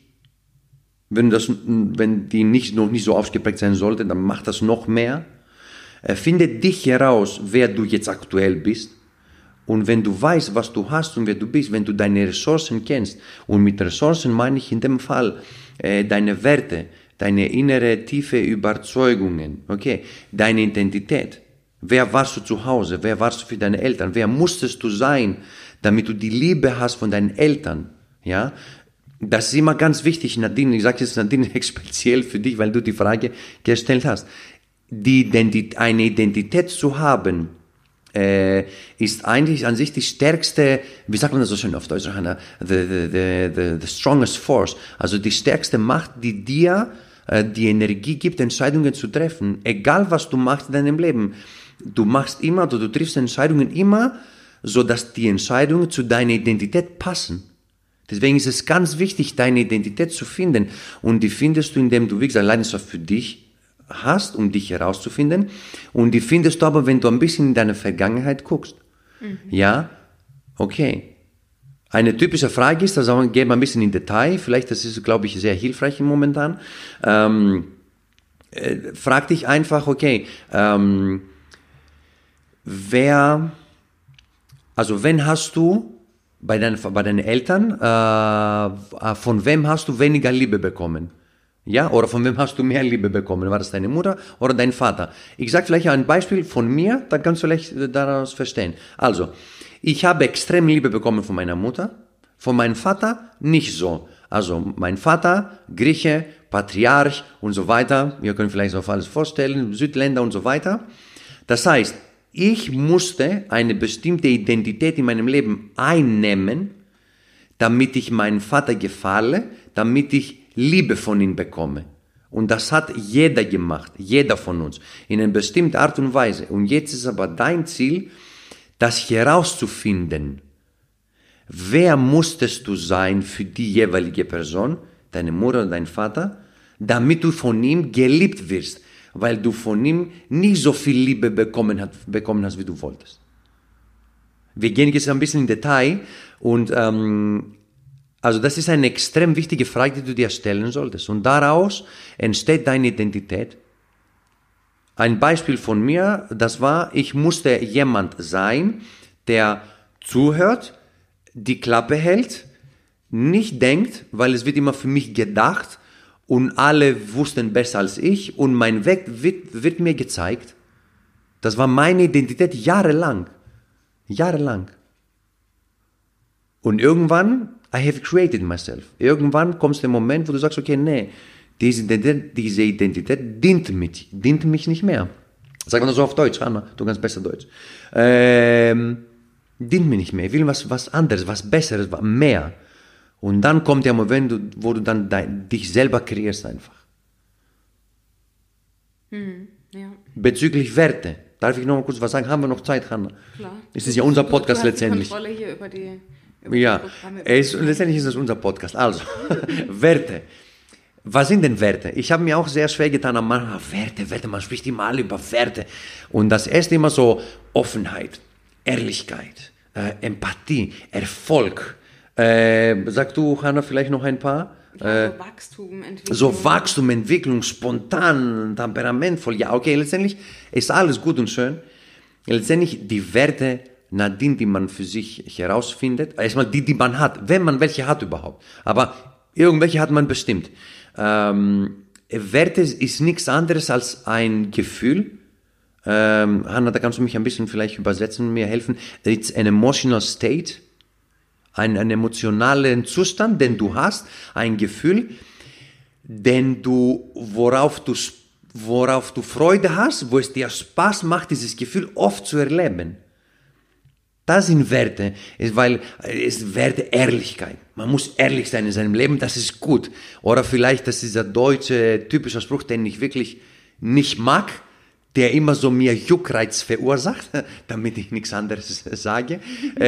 Wenn, das, wenn die nicht, noch nicht so ausgeprägt sein sollte, dann mach das noch mehr. Äh, finde dich heraus, wer du jetzt aktuell bist. Und wenn du weißt, was du hast und wer du bist, wenn du deine Ressourcen kennst, und mit Ressourcen meine ich in dem Fall äh, deine Werte, deine innere tiefe Überzeugungen, okay, deine Identität. Wer warst du zu Hause? Wer warst du für deine Eltern? Wer musstest du sein, damit du die Liebe hast von deinen Eltern? Ja, das ist immer ganz wichtig, Nadine. Ich sage jetzt Nadine speziell für dich, weil du die Frage gestellt hast. Die Identität, eine Identität zu haben, äh, ist eigentlich an sich die stärkste, wie sagt man das so schön auf Deutsch, the, the, the, the, the strongest force, also die stärkste Macht, die dir äh, die Energie gibt, Entscheidungen zu treffen, egal was du machst in deinem Leben. Du machst immer, oder du triffst Entscheidungen immer, so dass die Entscheidungen zu deiner Identität passen. Deswegen ist es ganz wichtig, deine Identität zu finden. Und die findest du, indem du wirklich eine Leidenschaft für dich hast, um dich herauszufinden. Und die findest du aber, wenn du ein bisschen in deine Vergangenheit guckst. Mhm. Ja, okay. Eine typische Frage ist, also gehen wir ein bisschen in Detail, vielleicht das ist, glaube ich, sehr hilfreich momentan. Ähm, äh, frag dich einfach, okay, ähm, wer, also wen hast du bei deinen, bei deinen Eltern, äh, von wem hast du weniger Liebe bekommen? Ja, oder von wem hast du mehr Liebe bekommen? War das deine Mutter oder dein Vater? Ich sage vielleicht ein Beispiel von mir, da kannst du vielleicht daraus verstehen. Also, ich habe extrem Liebe bekommen von meiner Mutter, von meinem Vater nicht so. Also, mein Vater, Grieche, Patriarch und so weiter, wir können vielleicht so alles vorstellen, Südländer und so weiter. Das heißt, ich musste eine bestimmte Identität in meinem Leben einnehmen, damit ich meinem Vater gefalle, damit ich Liebe von ihm bekomme. Und das hat jeder gemacht, jeder von uns, in einer bestimmten Art und Weise. Und jetzt ist aber dein Ziel, das herauszufinden. Wer musstest du sein für die jeweilige Person, deine Mutter oder dein Vater, damit du von ihm geliebt wirst, weil du von ihm nicht so viel Liebe bekommen, hat, bekommen hast, wie du wolltest. Wir gehen jetzt ein bisschen in Detail und ähm, also das ist eine extrem wichtige Frage, die du dir stellen solltest. Und daraus entsteht deine Identität. Ein Beispiel von mir, das war, ich musste jemand sein, der zuhört, die Klappe hält, nicht denkt, weil es wird immer für mich gedacht und alle wussten besser als ich und mein Weg wird, wird mir gezeigt. Das war meine Identität jahrelang. Jahrelang. Und irgendwann, I have created myself. Irgendwann kommt der Moment, wo du sagst, okay, nee, diese Identität, diese Identität dient, mich, dient mich nicht mehr. Sag mal so auf Deutsch, Hanna, du kannst besser Deutsch. Ähm, dient mir nicht mehr. Ich will was, was anderes, was Besseres, mehr. Und dann kommt der Moment, wo du dann dein, dich selber kreierst einfach. Hm, ja. Bezüglich Werte. Darf ich noch mal kurz was sagen? Haben wir noch Zeit, Hanna? Klar. Es ist ja unser Podcast du hast letztendlich. Die Kontrolle hier über die, über ja, die Programme. Es, letztendlich ist es unser Podcast. Also, Werte. Was sind denn Werte? Ich habe mir auch sehr schwer getan am Anfang. Ah, Werte, Werte, man spricht immer alle über Werte. Und das erste immer so Offenheit, Ehrlichkeit, äh, Empathie, Erfolg. Äh, sag du, Hanna, vielleicht noch ein paar? Ja, so Wachstum, Entwicklung. So Wachstum, Entwicklung, spontan, temperamentvoll. Ja, okay, letztendlich ist alles gut und schön. Letztendlich, die Werte Nadine, die man für sich herausfindet, erstmal die, die man hat, wenn man welche hat überhaupt, aber irgendwelche hat man bestimmt. Ähm, Werte ist nichts anderes als ein Gefühl. Ähm, Hanna, da kannst du mich ein bisschen vielleicht übersetzen und mir helfen. It's an emotional state, ein, ein emotionalen Zustand, den du hast, ein Gefühl, den du, worauf du, worauf du Freude hast, wo es dir Spaß macht, dieses Gefühl oft zu erleben. Das sind Werte, weil es Werte Ehrlichkeit. Man muss ehrlich sein in seinem Leben, das ist gut. Oder vielleicht, das ist dieser deutsche typische Spruch, den ich wirklich nicht mag, der immer so mir Juckreiz verursacht, damit ich nichts anderes sage.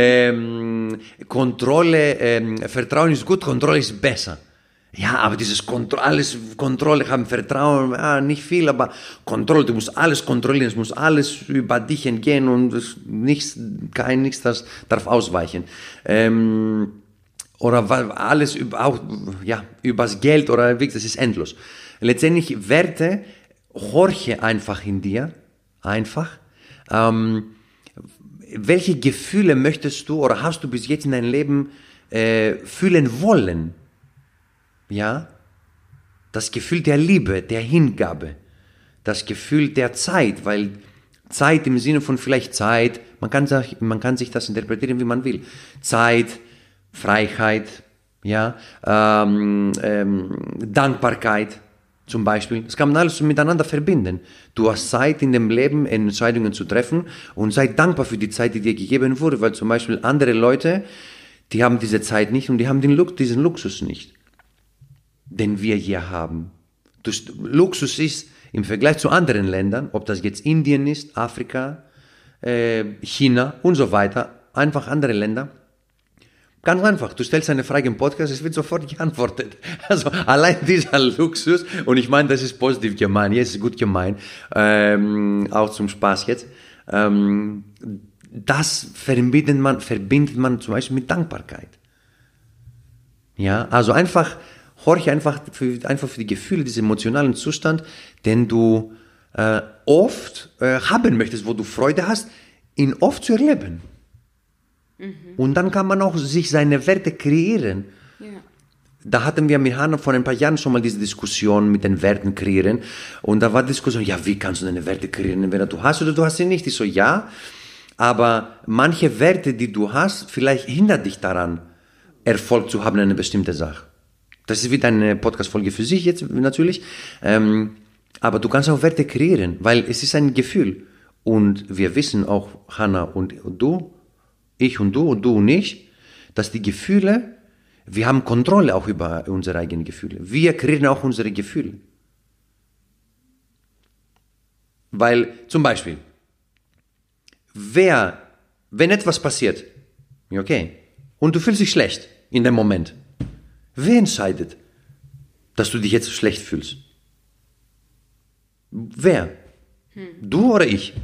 ähm, Kontrolle, ähm, Vertrauen ist gut, Kontrolle ist besser. Ja, aber dieses Kontro- alles Kontrolle haben, Vertrauen, ah, nicht viel, aber Kontrolle, du musst alles kontrollieren, es muss alles über dich entgehen und es, nichts, kein nichts das darf ausweichen. Ähm, oder alles über, auch, ja, übers Geld oder das ist endlos. Letztendlich Werte, horche einfach in dir, einfach. Ähm, welche Gefühle möchtest du oder hast du bis jetzt in deinem Leben äh, fühlen wollen? Ja, das Gefühl der Liebe, der Hingabe, das Gefühl der Zeit, weil Zeit im Sinne von vielleicht Zeit, man kann, man kann sich das interpretieren, wie man will. Zeit, Freiheit, ja, ähm, ähm, Dankbarkeit zum Beispiel. Das kann man alles miteinander verbinden. Du hast Zeit in dem Leben, Entscheidungen zu treffen und sei dankbar für die Zeit, die dir gegeben wurde, weil zum Beispiel andere Leute, die haben diese Zeit nicht und die haben den, diesen Luxus nicht, den wir hier haben. Das Luxus ist im Vergleich zu anderen Ländern, ob das jetzt Indien ist, Afrika, äh, China und so weiter, einfach andere Länder. Ganz einfach, du stellst eine Frage im Podcast, es wird sofort geantwortet. Also allein dieser Luxus, und ich meine, das ist positiv gemeint, jetzt ist gut gemeint, ähm, auch zum Spaß jetzt, ähm, das verbindet man, verbindet man zum Beispiel mit Dankbarkeit. Ja, also einfach horche einfach für, einfach für die Gefühle, diesen emotionalen Zustand, den du äh, oft äh, haben möchtest, wo du Freude hast, ihn oft zu erleben. Mhm. Und dann kann man auch sich seine Werte kreieren. Ja. Da hatten wir mit Hanna vor ein paar Jahren schon mal diese Diskussion mit den Werten kreieren. Und da war die Diskussion, ja, wie kannst du deine Werte kreieren, entweder du hast oder du hast sie nicht. Ich so, ja, aber manche Werte, die du hast, vielleicht hindert dich daran, Erfolg zu haben in einer bestimmten Sache. Das ist wieder eine Podcast-Folge für sich jetzt natürlich. Ähm, aber du kannst auch Werte kreieren, weil es ist ein Gefühl. Und wir wissen auch, Hanna und du, ich und du und du und ich, dass die Gefühle, wir haben Kontrolle auch über unsere eigenen Gefühle. Wir kreieren auch unsere Gefühle. Weil zum Beispiel, wer, wenn etwas passiert, okay, und du fühlst dich schlecht in dem Moment, wer entscheidet, dass du dich jetzt schlecht fühlst? Wer? Hm. Du oder ich?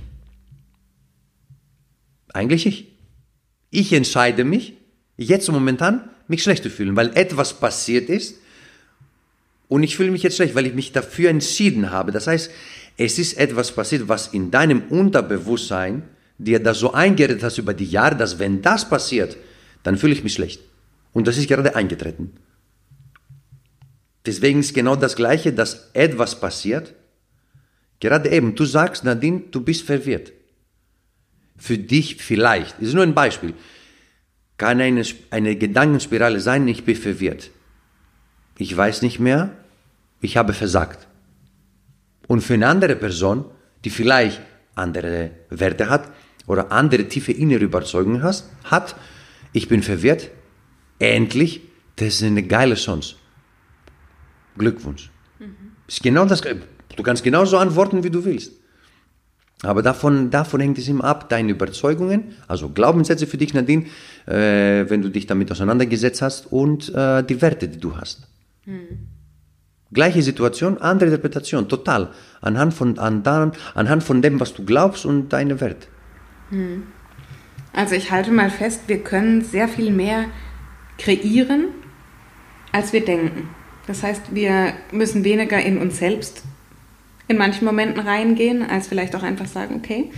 Eigentlich ich. Ich entscheide mich, jetzt momentan mich schlecht zu fühlen, weil etwas passiert ist und ich fühle mich jetzt schlecht, weil ich mich dafür entschieden habe. Das heißt, es ist etwas passiert, was in deinem Unterbewusstsein dir das so eingeredet hast über die Jahre, dass wenn das passiert, dann fühle ich mich schlecht. Und das ist gerade eingetreten. Deswegen ist genau das Gleiche, dass etwas passiert. Gerade eben, du sagst, Nadine, du bist verwirrt. Für dich vielleicht, das ist nur ein Beispiel, kann eine, eine Gedankenspirale sein, ich bin verwirrt. Ich weiß nicht mehr, ich habe versagt. Und für eine andere Person, die vielleicht andere Werte hat oder andere tiefe innere Überzeugungen hat, ich bin verwirrt, endlich, das ist eine geile Chance. Glückwunsch. Mhm. Ist genau das, du kannst genauso antworten, wie du willst. Aber davon, davon hängt es immer ab, deine Überzeugungen, also Glaubenssätze für dich, Nadine, äh, wenn du dich damit auseinandergesetzt hast und äh, die Werte, die du hast. Mhm. Gleiche Situation, andere Interpretation, total. Anhand von, an, anhand von dem, was du glaubst und deine Werte. Mhm. Also ich halte mal fest, wir können sehr viel mehr kreieren, als wir denken. Das heißt, wir müssen weniger in uns selbst in manchen Momenten reingehen, als vielleicht auch einfach sagen, okay,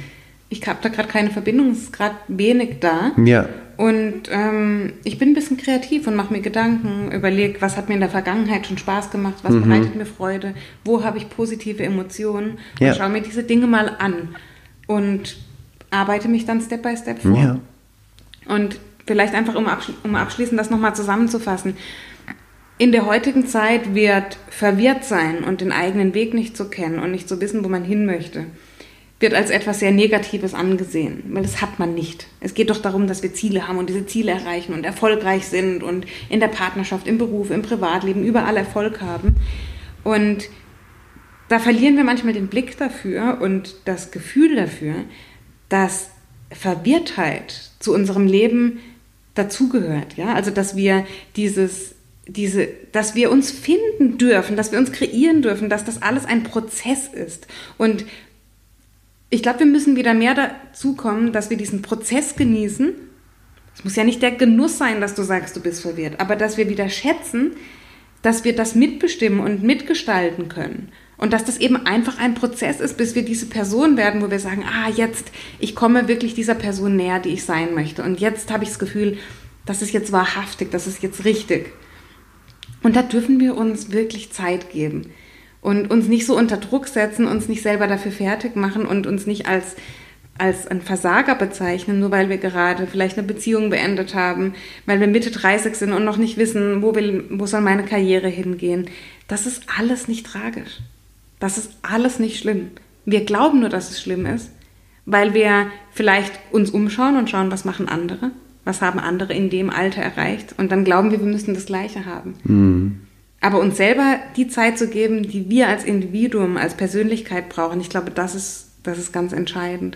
ich habe da gerade keine Verbindung, es ist gerade wenig da. Ja. Und ähm, ich bin ein bisschen kreativ und mache mir Gedanken, überlege, was hat mir in der Vergangenheit schon Spaß gemacht, was mhm. bereitet mir Freude, wo habe ich positive Emotionen und ja. schaue mir diese Dinge mal an und arbeite mich dann Step by Step vor. Ja. Und vielleicht einfach, um, abschli- um abschließend das nochmal zusammenzufassen, in der heutigen Zeit wird verwirrt sein und den eigenen Weg nicht zu kennen und nicht zu wissen, wo man hin möchte, wird als etwas sehr Negatives angesehen, weil das hat man nicht. Es geht doch darum, dass wir Ziele haben und diese Ziele erreichen und erfolgreich sind und in der Partnerschaft, im Beruf, im Privatleben, überall Erfolg haben. Und da verlieren wir manchmal den Blick dafür und das Gefühl dafür, dass Verwirrtheit zu unserem Leben dazugehört. Ja? Also, dass wir dieses, diese, dass wir uns finden dürfen, dass wir uns kreieren dürfen, dass das alles ein Prozess ist. Und ich glaube, wir müssen wieder mehr dazu kommen, dass wir diesen Prozess genießen. Es muss ja nicht der Genuss sein, dass du sagst, du bist verwirrt, aber dass wir wieder schätzen, dass wir das mitbestimmen und mitgestalten können. Und dass das eben einfach ein Prozess ist, bis wir diese Person werden, wo wir sagen, ah, jetzt, ich komme wirklich dieser Person näher, die ich sein möchte. Und jetzt habe ich das Gefühl, das ist jetzt wahrhaftig, das ist jetzt richtig. Und da dürfen wir uns wirklich Zeit geben. Und uns nicht so unter Druck setzen, uns nicht selber dafür fertig machen und uns nicht als, als ein Versager bezeichnen, nur weil wir gerade vielleicht eine Beziehung beendet haben, weil wir Mitte dreißig sind und noch nicht wissen, wo, will, wo soll meine Karriere hingehen. Das ist alles nicht tragisch. Das ist alles nicht schlimm. Wir glauben nur, dass es schlimm ist, weil wir vielleicht uns umschauen und schauen, was machen andere, was haben andere in dem Alter erreicht und dann glauben wir, wir müssen das Gleiche haben. Mhm. Aber uns selber die Zeit zu geben, die wir als Individuum, als Persönlichkeit brauchen, ich glaube, das ist, das ist ganz entscheidend.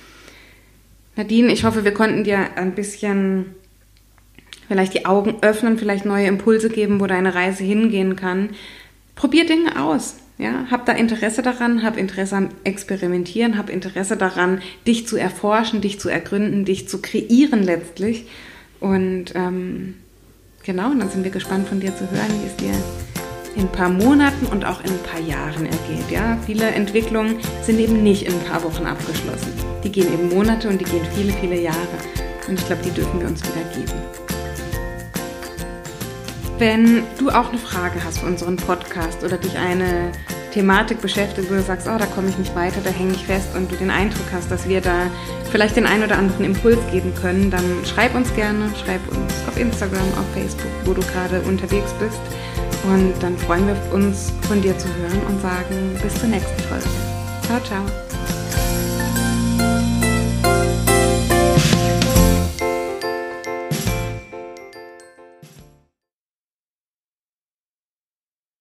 Nadine, ich hoffe, wir konnten dir ein bisschen vielleicht die Augen öffnen, vielleicht neue Impulse geben, wo deine Reise hingehen kann. Probier Dinge aus. Ja? Hab da Interesse daran, hab Interesse am Experimentieren, hab Interesse daran, dich zu erforschen, dich zu ergründen, dich zu kreieren letztlich. Und ähm, genau, und dann sind wir gespannt von dir zu hören, wie es dir in ein paar Monaten und auch in ein paar Jahren ergeht. Ja? Viele Entwicklungen sind eben nicht in ein paar Wochen abgeschlossen. Die gehen eben Monate und die gehen viele, viele Jahre. Und ich glaube, die dürfen wir uns wieder geben. Wenn du auch eine Frage hast für unseren Podcast oder dich eine Thematik beschäftigt, wo du sagst, oh, da komme ich nicht weiter, da hänge ich fest und du den Eindruck hast, dass wir da vielleicht den einen oder anderen Impuls geben können, dann schreib uns gerne, schreib uns auf Instagram, auf Facebook, wo du gerade unterwegs bist und dann freuen wir uns, von dir zu hören und sagen bis zur nächsten Folge. Ciao, ciao.